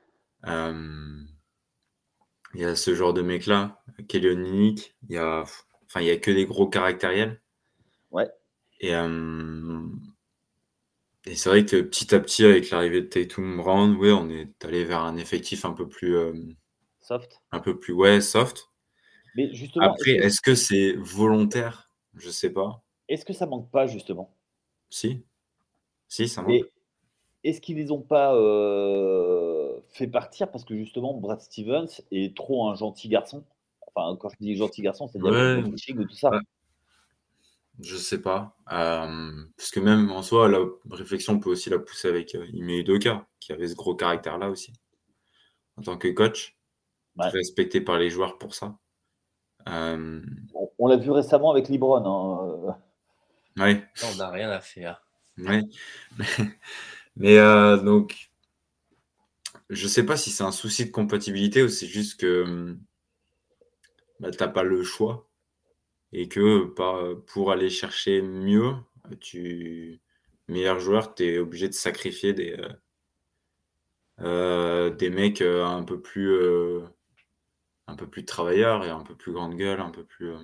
euh, il y a ce genre de mecs-là, Kelly Olynyk, il y a, enfin, il y a que des gros caractériels. Ouais. Et, euh, et c'est vrai que petit à petit, avec l'arrivée de Tatum Brown, ouais, on est allé vers un effectif un peu plus, euh, Soft. un peu plus, ouais, soft. Mais justement, est-ce Après, que, est-ce que c'est volontaire? Je sais pas. est-ce que ça manque pas, justement? Si, si, ça manque. Mais est-ce qu'ils les ont pas euh, fait partir parce que justement Brad Stevens est trop un gentil garçon? Enfin, quand je dis gentil garçon, c'est-à-dire qu'il y a Ouais, pas de coaching ou tout ouais, ça. je sais pas. Euh, parce que même en soi, la réflexion peut aussi la pousser avec euh, Ime Udoka, qui avait ce gros caractère-là aussi, en tant que coach, Ouais. respecté par les joueurs pour ça. Euh, On, on l'a vu récemment avec LeBron, hein. ouais, On n'a rien à faire. ouais. Mais euh, donc, je sais pas si c'est un souci de compatibilité ou c'est juste que hum, bah, t'as pas le choix et que par- pour aller chercher mieux, tu meilleur joueur, tu es obligé de sacrifier des, euh, euh, des mecs euh, un peu plus euh, un peu plus travailleurs et un peu plus grande gueule, un peu plus euh,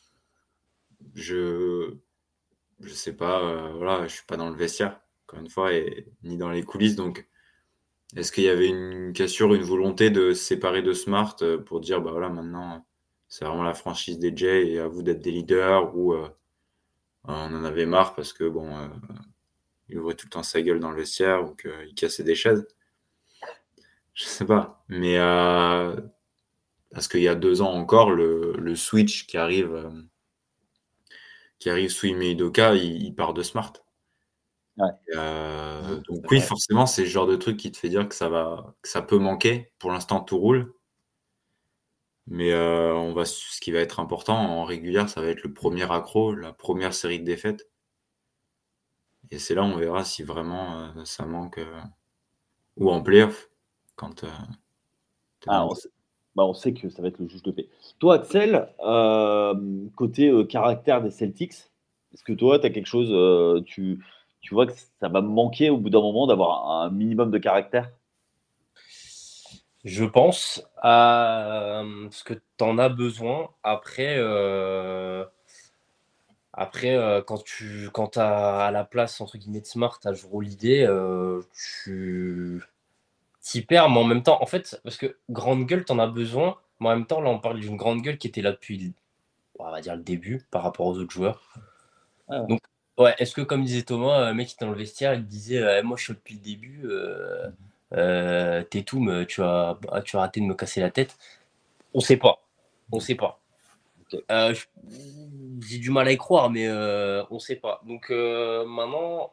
je je sais pas, euh, voilà, je suis pas dans le vestiaire encore une fois et ni dans les coulisses, donc est-ce qu'il y avait une cassure, une volonté de se séparer de Smart euh, pour dire bah voilà, maintenant c'est vraiment la franchise des Jays et à vous d'être des leaders, ou euh, on en avait marre parce que bon euh, il ouvrait tout le temps sa gueule dans le vestiaire ou qu'il cassait des chaises. Je sais pas. Mais euh, parce qu'il y a deux ans encore, le, le switch qui arrive, euh, qui arrive sous Ime Udoka, il, il part de Smart. Ouais. Euh, donc C'est oui, vrai. forcément, c'est le genre de truc qui te fait dire que ça va, que ça peut manquer. Pour l'instant, tout roule. Mais euh, on va, ce qui va être important en régulière, ça va être le premier accro, la première série de défaites. Et c'est là où on verra si vraiment euh, ça manque, euh, ou en playoff, quand euh, t'es dans Ah, le on, sait, bah, on sait que ça va être le juge de paix. Toi, Axel, euh, côté euh, caractère des Celtics, est-ce que toi, tu as quelque chose, euh, tu, tu vois que ça va me manquer au bout d'un moment d'avoir un minimum de caractère? Je pense, euh, parce que tu en as besoin. Après, euh, après euh, quand tu quand as à la place, entre guillemets, de Smart, à jouer l'idée, euh, tu t'y perds, mais en même temps, en fait, parce que grande gueule, tu en as besoin, mais en même temps, là, on parle d'une grande gueule qui était là depuis, on va dire, le début par rapport aux autres joueurs. Ah ouais. Donc, ouais, est-ce que, comme disait Thomas, un mec qui était dans le vestiaire, il disait euh, moi je suis depuis le début, euh, euh, t'es tout, mais tu as, ah, tu as raté de me casser la tête. On sait pas. On sait pas. Ok. Euh, je- j'ai du mal à y croire, mais euh, on sait pas. Donc euh, maintenant,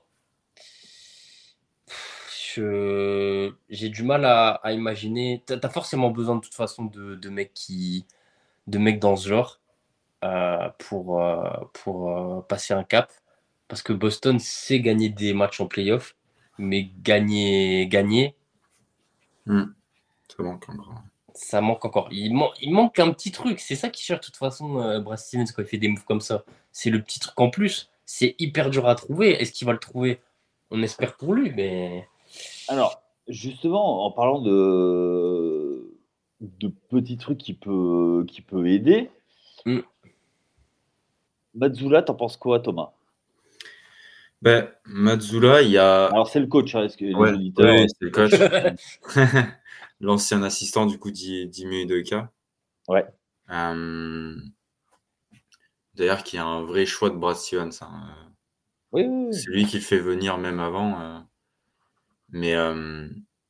je- j'ai du mal à, à imaginer. T'as, t'as forcément besoin de toute façon de, de mecs qui, de mecs dans ce genre euh, pour, euh, pour euh, passer un cap. Parce que Boston sait gagner des matchs en playoff, mais gagner, gagner, Hmm. Ça manque encore. ça manque encore. Il, man- il manque un petit truc. C'est ça qui cherche de toute façon euh, Brad Stevens quand il fait des moves comme ça. C'est le petit truc en plus. C'est hyper dur à trouver. Est-ce qu'il va le trouver? On espère pour lui, mais Alors, justement, en parlant de, de petits trucs qui peut, qui peut aider, Hmm. Mazzula, t'en penses quoi, Thomas? Ben, Mazzula, il y a. Alors, c'est le coach, hein, est-ce que les Ouais, auditeurs. oui, c'est le coach. L'ancien assistant du coup d'I- d'Ime Udoka. Ouais. Euh, D'ailleurs, qui a un vrai choix de Brad Stevens. Hein. Oui, oui, oui. C'est lui qui le fait venir même avant. euh. Mais euh,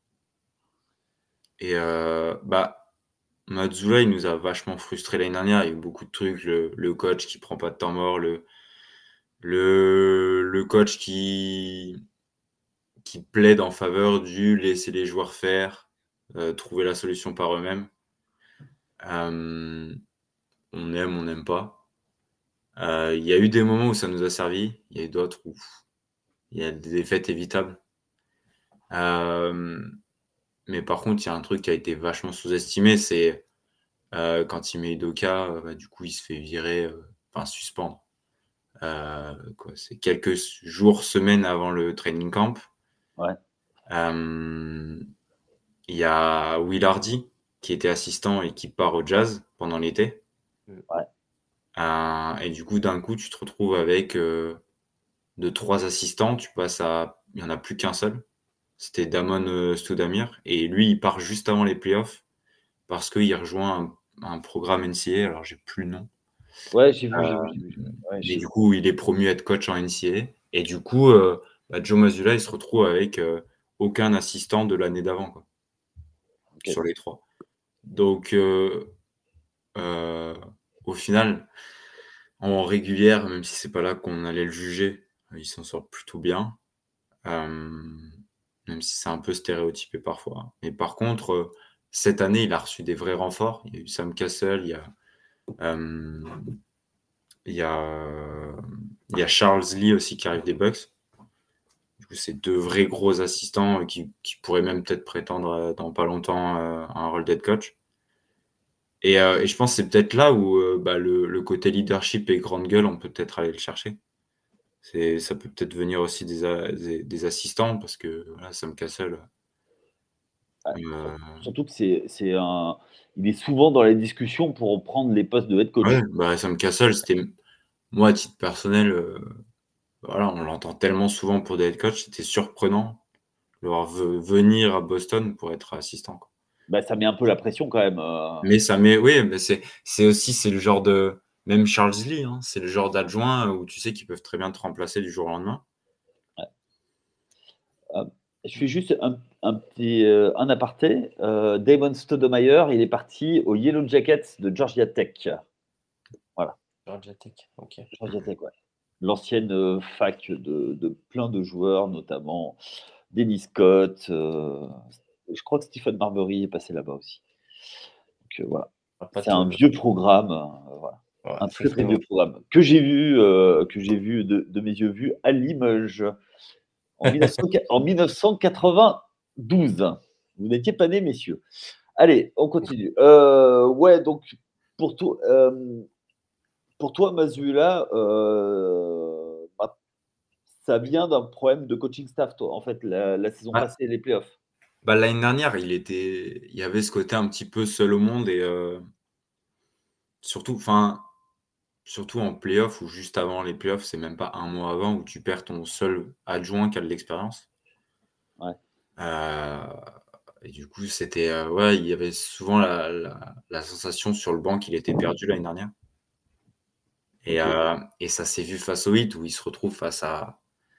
et euh, bah Mazzula, il nous a vachement frustré l'année dernière. Il y a eu beaucoup de trucs. Le, le coach qui prend pas de temps mort, le le, le coach qui qui plaide en faveur du laisser les joueurs faire, euh, trouver la solution par eux-mêmes. Euh, on aime, on n'aime pas. Euh, Il y a eu des moments où ça nous a servi, il y a eu d'autres où il y a des défaites évitables. Euh, mais par contre, il y a un truc qui a été vachement sous-estimé, c'est euh, quand il met Udoka, euh, bah, du coup, il se fait virer, euh, enfin suspendre. Euh, quoi, c'est quelques jours, semaines avant le training camp. Ouais. Euh, Il y a Will Hardy qui était assistant et qui part au Jazz pendant l'été. Ouais. Euh, et du coup, d'un coup, tu te retrouves avec euh, de trois assistants. Tu passes à, il y en a plus qu'un seul. C'était Damon euh, Stoudamire et lui, il part juste avant les playoffs parce qu'il rejoint un, un programme N C A A. Alors, j'ai plus le nom. Ouais, j'ai vu, j'ai vu, Euh, j'ai vu. j'ai vu. Ouais, mais j'ai du vu. coup, il est promu à être coach en N C A A. Et du coup, euh, bah, Joe Mazzulla, il se retrouve avec euh, aucun assistant de l'année d'avant, quoi, Ok. sur les trois. Donc, euh, euh, au final, en régulière, même si c'est pas là qu'on allait le juger, il s'en sort plutôt bien. Euh, Même si c'est un peu stéréotypé parfois. Mais par contre, euh, cette année, il a reçu des vrais renforts. Il y a eu Sam Cassell, il y a, euh, il y a, il y a Charles Lee aussi qui arrive des Bucks. Du coup, c'est deux vrais gros assistants qui, qui pourraient même peut-être prétendre euh, dans pas longtemps euh, à un rôle d'head coach. Et, euh, et je pense que c'est peut-être là où euh, bah, le, le côté leadership et grande gueule, on peut peut-être aller le chercher. C'est, ça peut peut-être venir aussi des, a- des, des assistants parce que voilà, Sam Cassell. Ouais. Sur- Euh, Surtout que c'est, c'est un. Il est souvent dans les discussions pour prendre les postes de head ouais, coach. bah, Sam Cassell, c'était moi à titre personnel, euh, voilà, on l'entend tellement souvent pour des head coach, c'était surprenant de le voir ve- venir à Boston pour être assistant, quoi. Bah, ça met un peu la pression quand même. euh. Mais ça met, oui, mais c'est, c'est aussi, c'est le genre de, même Charles Lee, hein, c'est le genre d'adjoint où tu sais qu'ils peuvent très bien te remplacer du jour au lendemain. Euh, je fais juste un, un petit euh, un aparté. Euh, Damon Stoudemire, il est parti au Yellow Jackets de Georgia Tech. Voilà, Georgia Tech, ok. Georgia Tech, ouais. L'ancienne euh, fac de, de plein de joueurs, notamment Dennis Scott. euh, je crois que Stephen Marbury est passé là-bas aussi. Donc euh, voilà, Ah, pas c'est un top. vieux programme, euh, voilà. Ouais, Un très très effectivement. vieux programme que j'ai vu, euh, que j'ai vu de, de mes yeux vus à Limoges en, mille neuf cents en mille neuf cent quatre-vingt-douze. Vous n'étiez pas nés, messieurs. Allez, on continue. Euh, ouais, donc pour toi, euh, pour toi, Mazula, euh, bah, ça vient d'un problème de coaching staff, toi, en fait, la, la saison Ouais. passée, les playoffs. Bah, l'année dernière, il était il y avait ce côté un petit peu seul au monde et heu, surtout enfin, surtout en play-off ou juste avant les play-offs, c'est même pas un mois avant où tu perds ton seul adjoint qui a de l'expérience. Ouais. Heu et du coup, c'était, heu, ouais, il y avait souvent la la la sensation sur le banc qu'il était perdu l'année dernière et OK. heu et ça s'est vu face au Heat où il se retrouve face à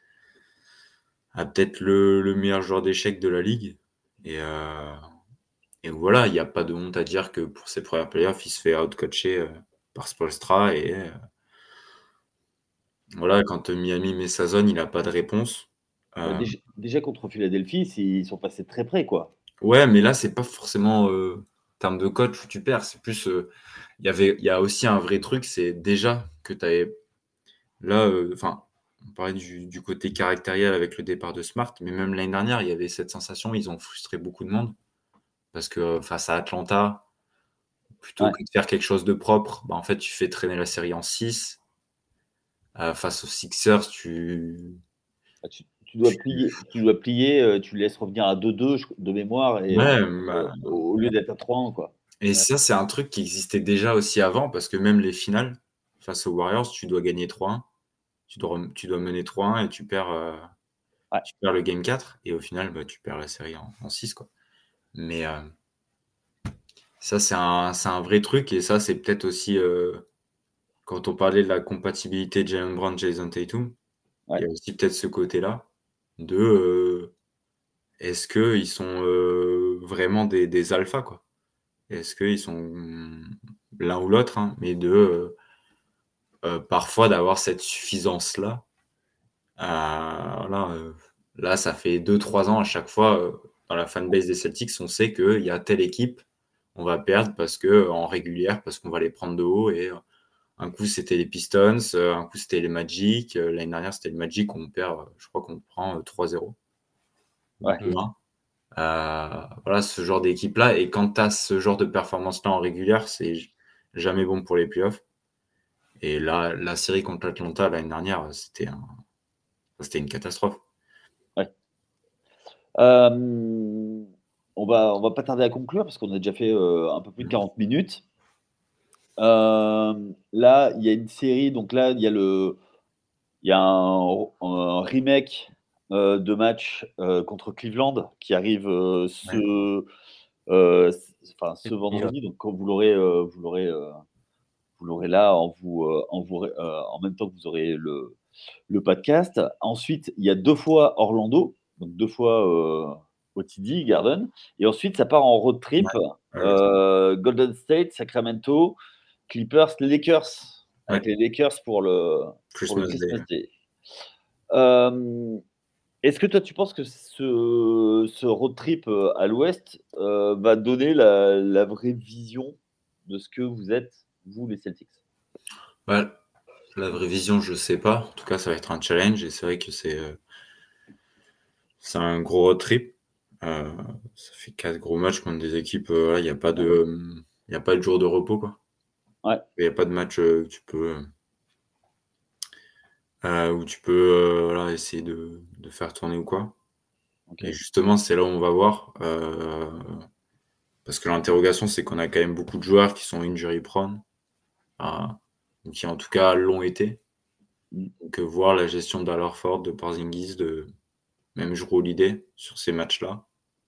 à peut-être le le meilleur joueur d'échecs de la ligue et heu et voilà, il y a pas de honte à dire que pour ses premières playoffs, il se fait out-coacher, heu, par Spoelstra et heu, voilà, quand, heu, Miami met sa zone, il a pas de réponse. Bah, Heu, déj déjà contre Philadelphie, c'est ils sont passés très près, quoi. ouais, mais là, c'est pas forcément, heu, en termes de coach où tu perds, c'est plus, heu, il y avait il y a aussi un vrai truc, c'est déjà que tu avais là, heu, enfin, on parlait du du côté caractériel avec le départ de Smart, mais même l'année dernière, il y avait cette sensation, ils ont frustré beaucoup de monde parce que face à Atlanta, plutôt Ouais. que de faire quelque chose de propre, bah, en fait, tu fais traîner la série en six. Heu, face aux Sixers, tu Bah, tu tu dois tu plier tu dois plier, heu, tu laisses revenir à deux deux je de mémoire et ouais, ensuite, heu, bah, au lieu d'être à trois un, quoi. et Ouais. ça, c'est un truc qui existait déjà aussi avant parce que même les finales face aux Warriors, tu dois gagner trois un. Tu dois rem tu dois mener trois un et tu perds, heu, Ouais. tu perds le game quatre et au final, bah, tu perds la série en en six, quoi. Mais, heu, ça, c'est un c'est un vrai truc et ça, c'est peut-être aussi, heu, quand on parlait de la compatibilité Jaylen Brown, Jason Tatum, il Ouais. y a aussi peut-être ce côté-là de, heu, est-ce qu'ils sont, heu, vraiment des des alphas, quoi? Est-ce qu'ils sont l'un ou l'autre, hein, mais de, heu heu, parfois d'avoir cette suffisance-là, heu, voilà, heu, là, ça fait deux trois ans à chaque fois, heu, dans la fanbase des Celtics, on sait qu'il y a telle équipe, on va perdre parce que en régulière, parce qu'on va les prendre de haut et heu, un coup c'était les Pistons, heu, un coup c'était les Magic, heu, l'année dernière c'était le Magic, on perd, heu, je crois qu'on prend, heu, trois zéro ou Ouais. Mmh. deux un. Heu, voilà, ce genre d'équipe-là et quand tu as ce genre de performance-là en régulière, c'est j jamais bon pour les playoffs et là, la série contre l'Atlanta l'année dernière, heu, c'était un c'était une catastrophe. Ouais. Hem, on va on va pas tarder à conclure parce qu'on a déjà fait, heu, un peu plus de Mmh. quarante minutes. Hem, là, il y a une série, donc là, il y a le il y a un un remake, heu, de match, heu, contre Cleveland qui arrive, heu, Ouais. ce, heu, c enfin, ce Et puis, ouais. vendredi, donc quand vous l'aurez, heu, vous l'aurez, heu, vous l'aurez là en vous, heu, en vous ré heu, en même temps que vous aurez le le podcast. Ensuite, il y a deux fois Orlando, donc deux fois, heu, au T D Garden et ensuite ça part en road Ouais, trip, ouais, heu, Golden State, Sacramento, Clippers, Lakers, ouais, avec les Lakers pour le pour le Christmas Day, Christmas ouais. Day. Hem, est-ce que toi tu penses que ce ce road trip, heu, à l'ouest, heu, va donner la la vraie vision de ce que vous êtes, vous les Celtics? Bah, la vraie vision, je sais pas. En tout cas, ça va être un challenge et c'est vrai que c'est, heu, c'est un gros road trip. Heu, ça fait quatre gros matchs contre des équipes, heu, voilà, il y a pas de, hem, il y a pas de jour de repos, quoi. Ouais, Il y a pas de match, heu, que tu peux, heu heu, où tu peux, heu, voilà, essayer de de faire tourner ou quoi et OK. justement, c'est là où on va voir, heu, parce que l'interrogation, c'est qu'on a quand même beaucoup de joueurs qui sont injury prone, ah, ou qui en tout cas l'ont été. Mmh. Donc, heu, voir la gestion d'Al Horford, de Porzingis, de même Jrue Holiday sur ces matchs-là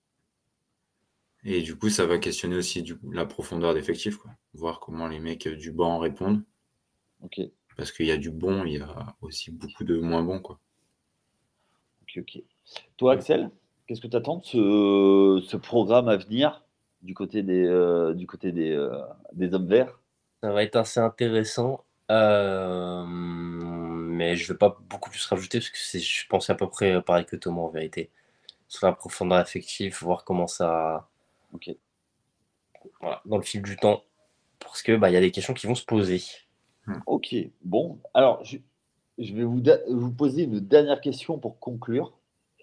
et du coup, ça va questionner aussi du coup la profondeur d'effectif, quoi. Voir comment les mecs, heu, du banc répondent OK. parce qu'il y a du bon, il y a aussi beaucoup de moins bons, quoi. OK, OK. Toi, Axel, qu'est-ce que tu attends de ce ce programme à venir du côté des, heu, du côté des, heu, des hommes verts? Ça va être assez intéressant, hem, mais je vais pas beaucoup plus rajouter parce que c'est je pensais à peu près pareil que Thomas en vérité. Sur la profondeur affective, voir comment ça OK. voilà, dans le fil du temps, parce que, bah, il y a des questions qui vont se poser. Mmh. OK. Bon, alors je je vais vous da vous poser une dernière question pour conclure.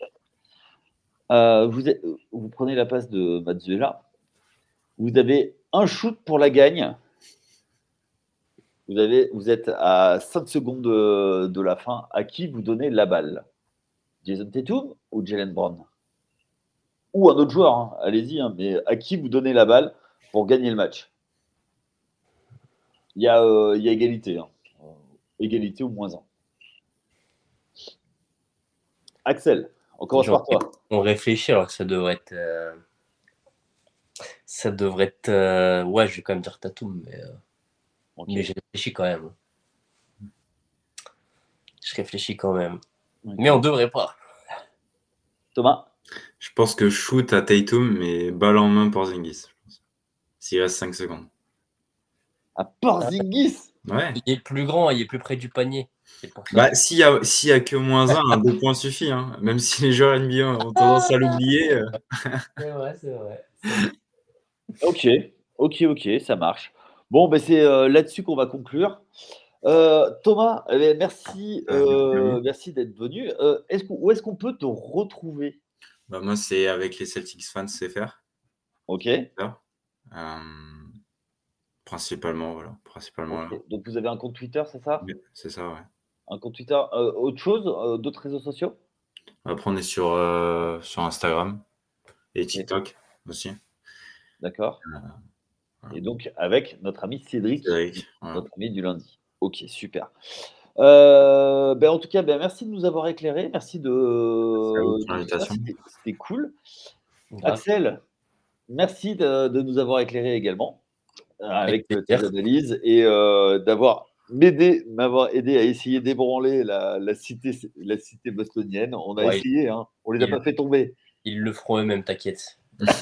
Heu, vous êtes vous prenez la place de Mazzella. Vous avez un shoot pour la gagne. Vous avez vous êtes à cinq secondes de de la fin. À qui vous donnez la balle? Jason Tatum ou Jaylen Brown? ou un autre joueur, hein, allez-y, hein, mais à qui vous donnez la balle pour gagner le match? Il y a, euh, il y a égalité. Hein. Euh, égalité ou moins un. Axel, on commence Genre, par toi. on réfléchit alors que ça devrait être. euh, Ça devrait être. euh, Ouais, je vais quand même dire Tatum, mais, euh, Ok. mais je réfléchis quand même. Je réfléchis quand même. Ok. Mais on devrait pas. Thomas? Je pense que shoot à Tatum, mais balle en main pour Porzingis. je pense. S'il reste cinq secondes. À Porzingis? Ouais. Il est plus grand, il est plus près du panier. C'est pour ça. Bah, s'il y a, s'il y a que moins un, un deux points suffit. Hein. Même si les joueurs N B A ont tendance à l'oublier. euh. C'est vrai, c'est vrai. Ok, ok, ok, ça marche. Bon, ben c'est euh, là-dessus qu'on va conclure. Euh, Thomas, eh ben, merci, Ah, merci à euh, vous. merci d'être venu. Euh, est-ce qu'on- où est-ce qu'on peut te retrouver? Bah, moi, c'est avec les Celtics fans C F R. Ok, là. Euh, principalement, voilà. Principalement, là. ok. Donc vous avez un compte Twitter, c'est ça? Ouais, c'est ça, ouais. Un compte Twitter. Euh, autre chose, euh, d'autres réseaux sociaux? Après, on est sur, euh, sur Instagram et TikTok aussi. D'accord. voilà. Et donc avec notre ami Cédric, Cédric, voilà. notre ami du lundi. Ok, super. Euh, ben, en tout cas, ben, merci de nous avoir éclairés. Merci de, Merci à vous pour de tout ça. l'invitation. C'était c'était cool. Grave. Axel, merci de, de nous avoir éclairés également euh, avec Avec euh, tes plaisir. analyses et euh, d'avoir m'aidé, m'avoir aidé à essayer d'ébranler la, la cité, la cité bostonienne. On a Ouais, essayé, hein. On les a il- pas fait tomber. Ils le feront eux-mêmes, t'inquiète.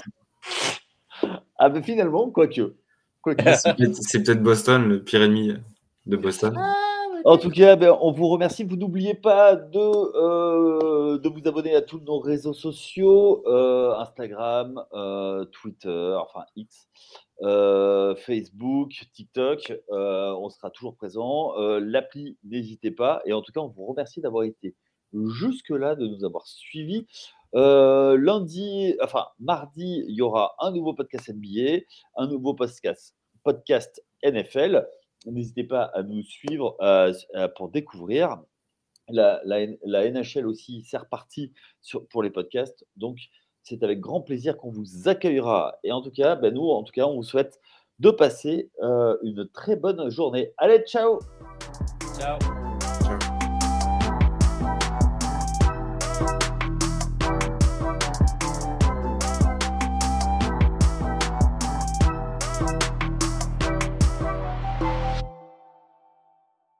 Ah ben finalement, quoique. quoique. C'est peut-être, c'est peut-être Boston, le pire ennemi de Boston. En tout cas, ben, on vous remercie. Vous n'oubliez pas de, euh, de vous abonner à tous nos réseaux sociaux, euh, Instagram, euh, Twitter, enfin X, euh, Facebook, TikTok. Euh, on sera toujours présent. Euh, L'appli, n'hésitez pas. Et en tout cas, on vous remercie d'avoir été jusque-là, de nous avoir suivis. Euh, lundi, enfin mardi, il y aura un nouveau podcast N B A, un nouveau podcast, podcast N F L. N'hésitez pas à nous suivre euh, euh, pour découvrir. La, la, la N H L aussi, c'est reparti sur, pour les podcasts. Donc, c'est avec grand plaisir qu'on vous accueillera. Et en tout cas, ben nous, en tout cas, on vous souhaite de passer euh, une très bonne journée. Allez, ciao! Ciao.